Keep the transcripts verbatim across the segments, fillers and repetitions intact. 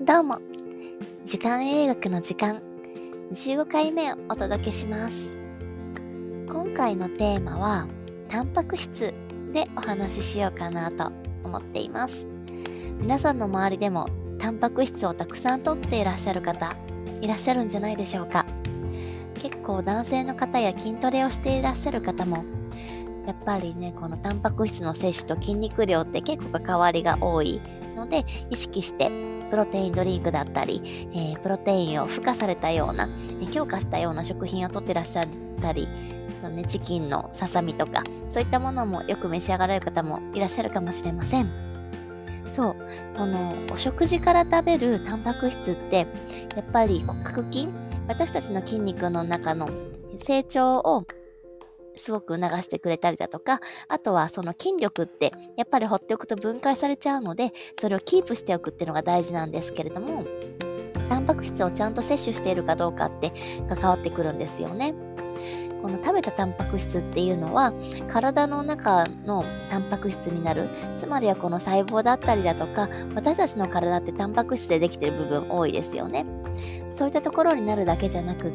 どうも、時間栄学の時間じゅうごかいめをお届けします。今回のテーマはタンパク質でお話ししようかなと思っています。皆さんの周りでもタンパク質をたくさんとっていらっしゃる方いらっしゃるんじゃないでしょうか。結構男性の方や筋トレをしていらっしゃる方もやっぱりね、このタンパク質の摂取と筋肉量って結構関わりが多いので、意識してプロテインドリンクだったり、えー、プロテインを付加されたような、強化したような食品をとってらっしゃったり、ね、チキンのささみとか、そういったものもよく召し上がられる方もいらっしゃるかもしれません。そう、このお食事から食べるタンパク質って、やっぱり骨格筋、私たちの筋肉の中の成長をすごく促してくれたりだとか、あとはその筋力ってやっぱり放っておくと分解されちゃうので、それをキープしておくっていうのが大事なんですけれども、タンパク質をちゃんと摂取しているかどうかって関わってくるんですよね。この食べたタンパク質っていうのは体の中のタンパク質になる、つまりはこの細胞だったりだとか、私たちの体ってタンパク質でできている部分多いですよね。そういったところになるだけじゃなくって、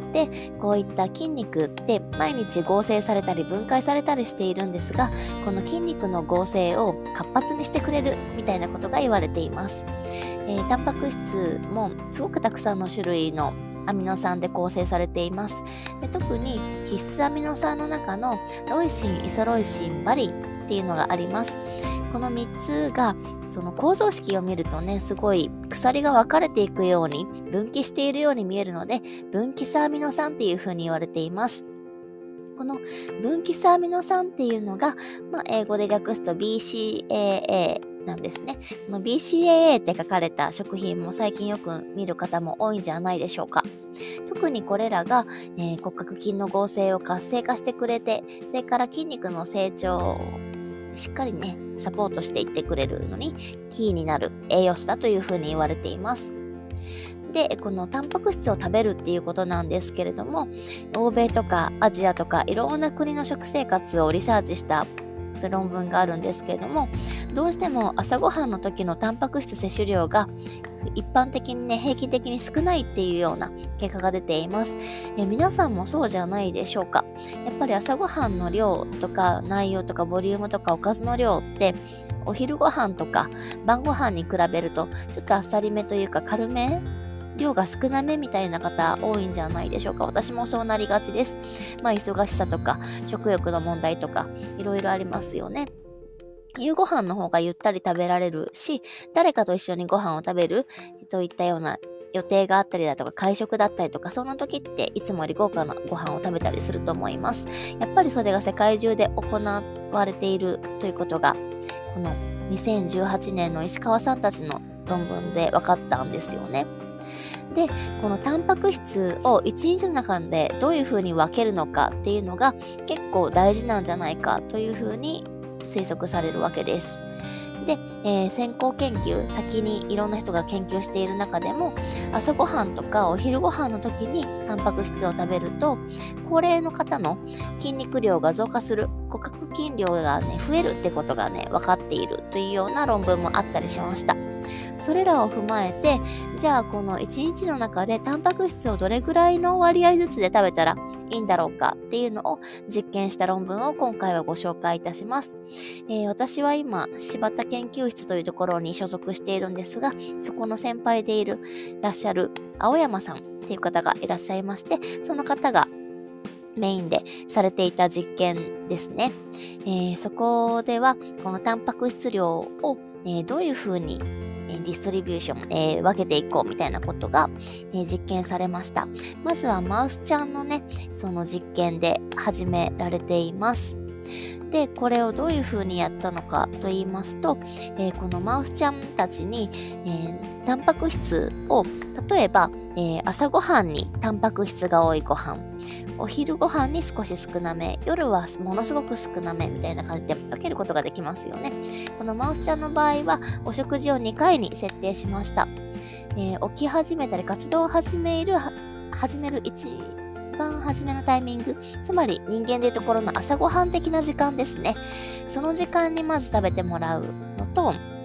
こういった筋肉って毎日合成されたり分解されたりしているんですが、この筋肉の合成を活発にしてくれるみたいなことが言われています。えー、タンパク質もすごくたくさんの種類のアミノ酸で構成されています。で、特に必須アミノ酸の中のロイシン、イソロイシン、バリンっていうのがあります。このみっつがその構造式を見るとね、すごい鎖が分かれていくように分岐しているように見えるので、分岐差アミノ酸っていうふうに言われています。この分岐差アミノ酸っていうのが、まあ、英語で略すと ビーシーエーエー なんですね。この ビーシーエーエー って書かれた食品も最近よく見る方も多いんじゃないでしょうか。特にこれらが、えー、骨格筋の合成を活性化してくれて、それから筋肉の成長をしっかりねサポートしていってくれるのにキーになる栄養素だというふうに言われています。で、このタンパク質を食べるっていうことなんですけれども、欧米とかアジアとかいろんな国の食生活をリサーチした論文があるんですけれども、どうしても朝ごはんの時のタンパク質摂取量が一般的にね平均的に少ないっていうような結果が出ています。え皆さんもそうじゃないでしょうか。やっぱり朝ごはんの量とか内容とかボリュームとかおかずの量ってお昼ご飯とか晩ご飯に比べるとちょっとあっさりめというか軽め、量が少なめみたいな方多いんじゃないでしょうか。私もそうなりがちです。まあ忙しさとか食欲の問題とかいろいろありますよね。夕ご飯の方がゆったり食べられるし、誰かと一緒にご飯を食べるといったような予定があったりだとか会食だったりとか、その時っていつもより豪華なご飯を食べたりすると思います。やっぱりそれが世界中で行われているということがこのにせんじゅうはちねんの石川さんたちの論文で分かったんですよね。で、このタンパク質をいちにちの中でどういうふうに分けるのかっていうのが結構大事なんじゃないかというふうに推測されるわけです。で、えー、先行研究、先にいろんな人が研究している中でも、朝ごはんとかお昼ごはんの時にタンパク質を食べると高齢の方の筋肉量が増加する、骨格筋量がね増えるってことがね分かっているというような論文もあったりしました。それらを踏まえて、じゃあこのいちにちの中でタンパク質をどれぐらいの割合ずつで食べたらいいんだろうかっていうのを実験した論文を今回はご紹介いたします。えー、私は今柴田研究室というところに所属しているんですが、そこの先輩でいるらっしゃる青山さんっていう方がいらっしゃいまして、その方がメインでされていた実験ですね。えー、そこではこのタンパク質量を、えー、どういうふうにディストリビューション、えー、分けていこうみたいなことが、えー、実験されました。まずはマウスちゃんのね、その実験で始められています。で、これをどういうふうにやったのかと言いますと、えー、このマウスちゃんたちに、えー、タンパク質を例えば、えー、朝ごはんにタンパク質が多いご飯、お昼ご飯に少し少なめ、夜はものすごく少なめみたいな感じで分けることができますよね。このマウスちゃんの場合はお食事をにかいに設定しました。えー、起き始めたり活動を始める始める一番初めのタイミング、つまり人間でいうところの朝ごはん的な時間ですね。その時間にまず食べてもらうのと、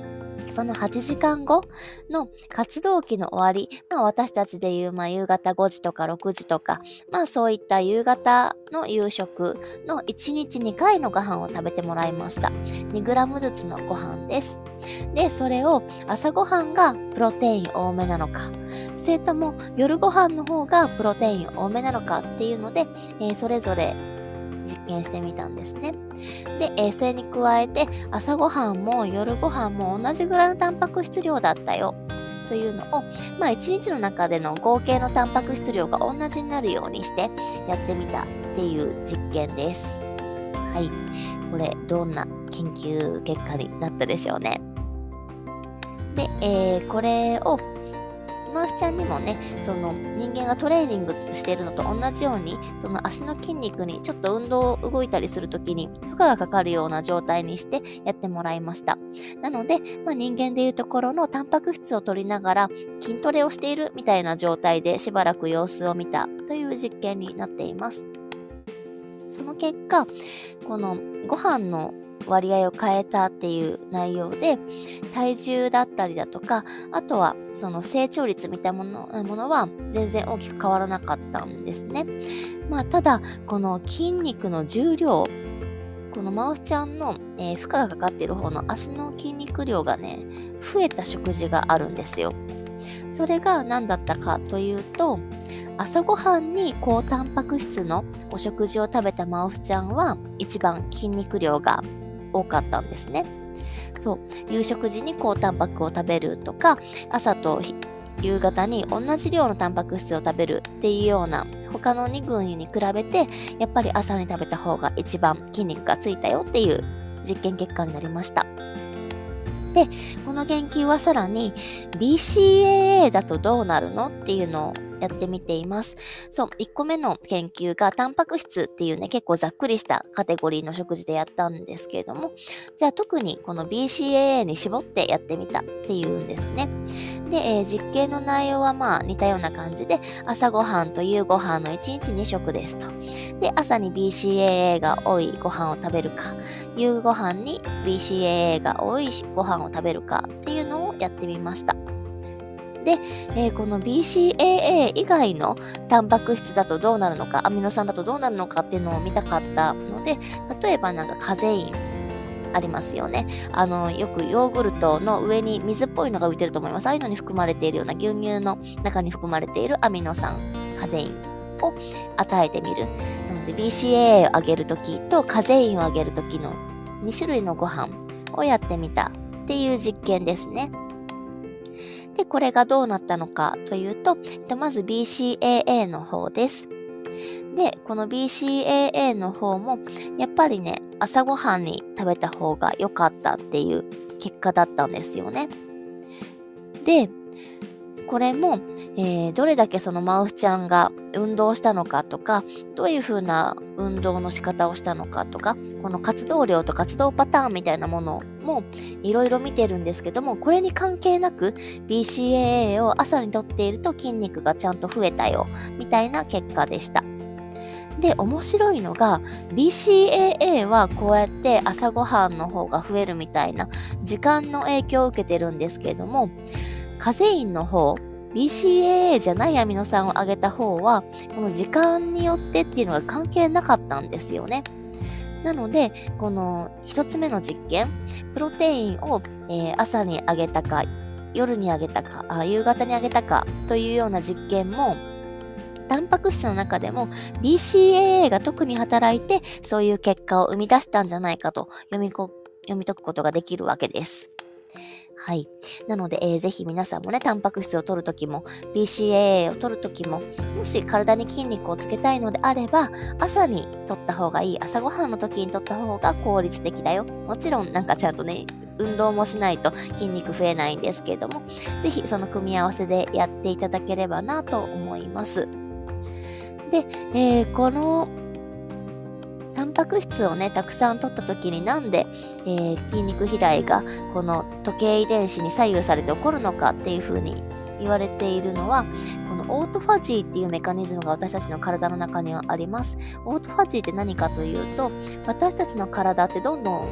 そのはちじかんごの活動期の終わり、まあ私たちでいう、まあ夕方ごじとかろくじとか、まあそういった夕方の夕食のいちにちにかいのご飯を食べてもらいました。にグラムずつのご飯です。で、それを朝ごはんがプロテイン多めなのか、それとも夜ご飯の方がプロテイン多めなのかっていうので、えーそれぞれ実験してみたんですね。で、えーそれに加えて朝ごはんも夜ご飯も同じぐらいのタンパク質量だったよというのを、まあいちにちの中での合計のタンパク質量が同じになるようにしてやってみたっていう実験です。はい。これどんな研究結果になったでしょうね。で、えーこれをマウスちゃんにもね、その人間がトレーニングしているのと同じように、その足の筋肉にちょっと運動動いたりするときに負荷がかかるような状態にしてやってもらいました。なので、まあ、人間でいうところのタンパク質を取りながら筋トレをしているみたいな状態でしばらく様子を見たという実験になっています。その結果、このご飯の割合を変えたっていう内容で、体重だったりだとか、あとはその成長率みたいなもの、ものは全然大きく変わらなかったんですね。まあただ、この筋肉の重量、このマウスちゃんの、えー負荷がかかっている方の足の筋肉量がね、増えた食事があるんですよ。それが何だったかというと、朝ごはんに高タンパク質のお食事を食べたマウスちゃんは一番筋肉量が多かったんですね。そう、夕食時に高タンパクを食べるとか、朝と夕方に同じ量のタンパク質を食べるっていうような他のに群に比べて、やっぱり朝に食べた方が一番筋肉がついたよっていう実験結果になりました。で、この研究はさらに ビーシーエーエー だとどうなるのっていうのをやってみています。そう、いっこめの研究がタンパク質っていうね、結構ざっくりしたカテゴリーの食事でやったんですけれども、じゃあ特にこの ビーシーエーエー に絞ってやってみたっていうんですね。で、えー実験の内容はまあ似たような感じで、朝ごはんと夕ごはんのいちにちに食ですと。で、朝に ビーシーエーエー が多いご飯を食べるか、夕ご飯に ビーシーエーエー が多いご飯を食べるかっていうのをやってみました。で、えーこの ビーシーエーエー 以外のタンパク質だとどうなるのか、アミノ酸だとどうなるのかっていうのを見たかったので、例えばなんかカゼインありますよね。あの、よくヨーグルトの上に水っぽいのが浮いてると思います。ああいうのに含まれているような牛乳の中に含まれているアミノ酸、カゼインを与えてみる。なので ビーシーエーエー をあげるときとカゼインをあげるときのに種類のご飯をやってみたっていう実験ですね。で、これがどうなったのかというと、えっとまず ビーシーエーエー の方です。で、この ビーシーエーエー の方も、やっぱりね、朝ごはんに食べた方が良かったっていう結果だったんですよね。で、これも、えーどれだけそのマウスちゃんが運動したのかとか、どういう風な運動の仕方をしたのかとか、この活動量と活動パターンみたいなものもいろいろ見てるんですけども、これに関係なく ビーシーエーエー を朝にとっていると筋肉がちゃんと増えたよ、みたいな結果でした。で、面白いのが ビーシーエーエー はこうやって朝ごはんの方が増えるみたいな時間の影響を受けてるんですけれども、カゼインの方、ビーシーエーエー じゃないアミノ酸を上げた方は、この時間によってっていうのが関係なかったんですよね。なので、この一つ目の実験、プロテインを、えー朝に上げたか、夜に上げたかあ、夕方に上げたかというような実験も、タンパク質の中でも ビーシーエーエー が特に働いて、そういう結果を生み出したんじゃないかと読みこ読み解くことができるわけです。はい。なので、えーぜひ皆さんもね、タンパク質を取るときも、ビーシーエーエー を取るときも、もし体に筋肉をつけたいのであれば、朝に取った方がいい、朝ごはんの時に取った方が効率的だよ。もちろん、なんかちゃんとね、運動もしないと筋肉増えないんですけれども、ぜひその組み合わせでやっていただければなと思います。で、えーこのタンパク質をね、たくさん取った時になんで、えー筋肉肥大がこの時計遺伝子に左右されて起こるのかっていう風に言われているのは、このオートファジーっていうメカニズムが私たちの体の中にはあります。オートファジーって何かというと、私たちの体ってどんどん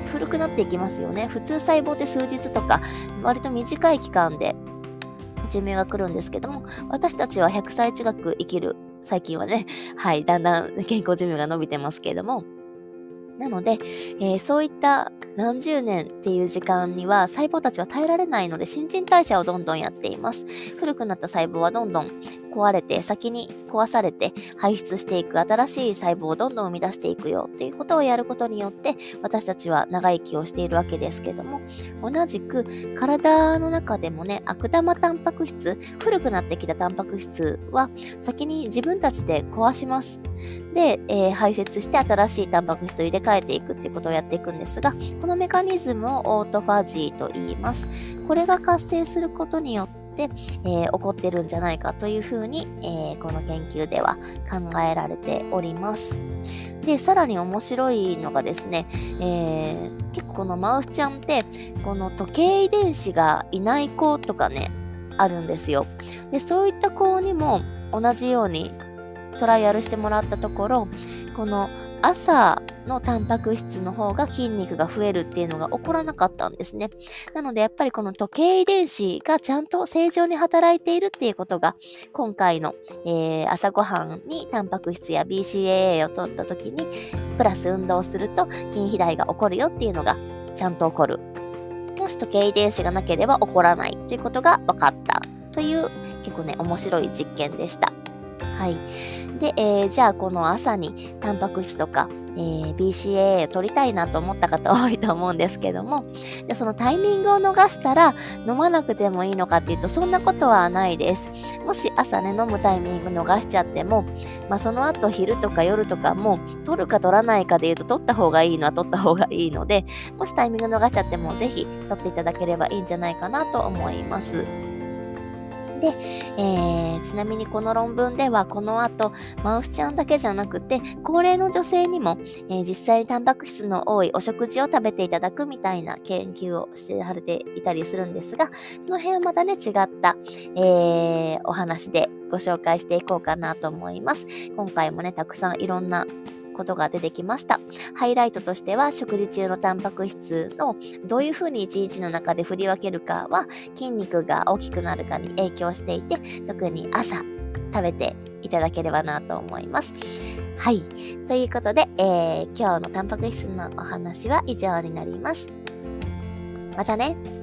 古くなっていきますよね。普通細胞って数日とか割と短い期間で寿命が来るんですけども、私たちはひゃくさい近く生きる、最近はね、はい、だんだん健康寿命が伸びてますけれども、なので、えー、そういった何十年っていう時間には細胞たちは耐えられないので新陳代謝をどんどんやっています。古くなった細胞はどんどん壊れて、先に壊されて排出していく新しい細胞をどんどん生み出していくよっていうことをやることによって私たちは長生きをしているわけですけども、同じく体の中でもね、悪玉タンパク質、古くなってきたタンパク質は先に自分たちで壊します。で、えー、排泄して新しいタンパク質を入れ替えていくっていうことをやっていくんですが、このメカニズムをオートファジーと言います。これが活性することによって、えー、起こってるんじゃないかというふうに、えー、この研究では考えられております。で、さらに面白いのがですね、えー、結構このマウスちゃんってこの時計遺伝子がいない子とかね、あるんですよ。で、そういった子にも同じようにトライアルしてもらったところ、この朝のタンパク質の方が筋肉が増えるっていうのが起こらなかったんですね。なのでやっぱりこの時計遺伝子がちゃんと正常に働いているっていうことが今回の、えー、朝ごはんにタンパク質や ビーシーエーエー を取った時にプラス運動をすると筋肥大が起こるよっていうのがちゃんと起こる。もし時計遺伝子がなければ起こらないということが分かったという結構ね面白い実験でした。はい。で、えー、じゃあこの朝にタンパク質とか、えー、ビーシーエーエー を取りたいなと思った方多いと思うんですけども、でそのタイミングを逃したら飲まなくてもいいのかっていうとそんなことはないです。もし朝ね飲むタイミング逃しちゃっても、まあ、その後昼とか夜とかも取るか取らないかでいうと取った方がいいのは取った方がいいので、もしタイミング逃しちゃってもぜひ取っていただければいいんじゃないかなと思います。で、えー、ちなみにこの論文ではこの後マウスちゃんだけじゃなくて高齢の女性にも、えー、実際にタンパク質の多いお食事を食べていただくみたいな研究をしてされていたりするんですが、その辺はまたね違った、えー、お話でご紹介していこうかなと思います。今回もねたくさんいろんなことが出てきました。ハイライトとしては食事中のタンパク質のどういうふうに一日の中で振り分けるかは筋肉が大きくなるかに影響していて、特に朝食べていただければなと思います。はい。ということで、えー、今日のタンパク質のお話は以上になります。またね。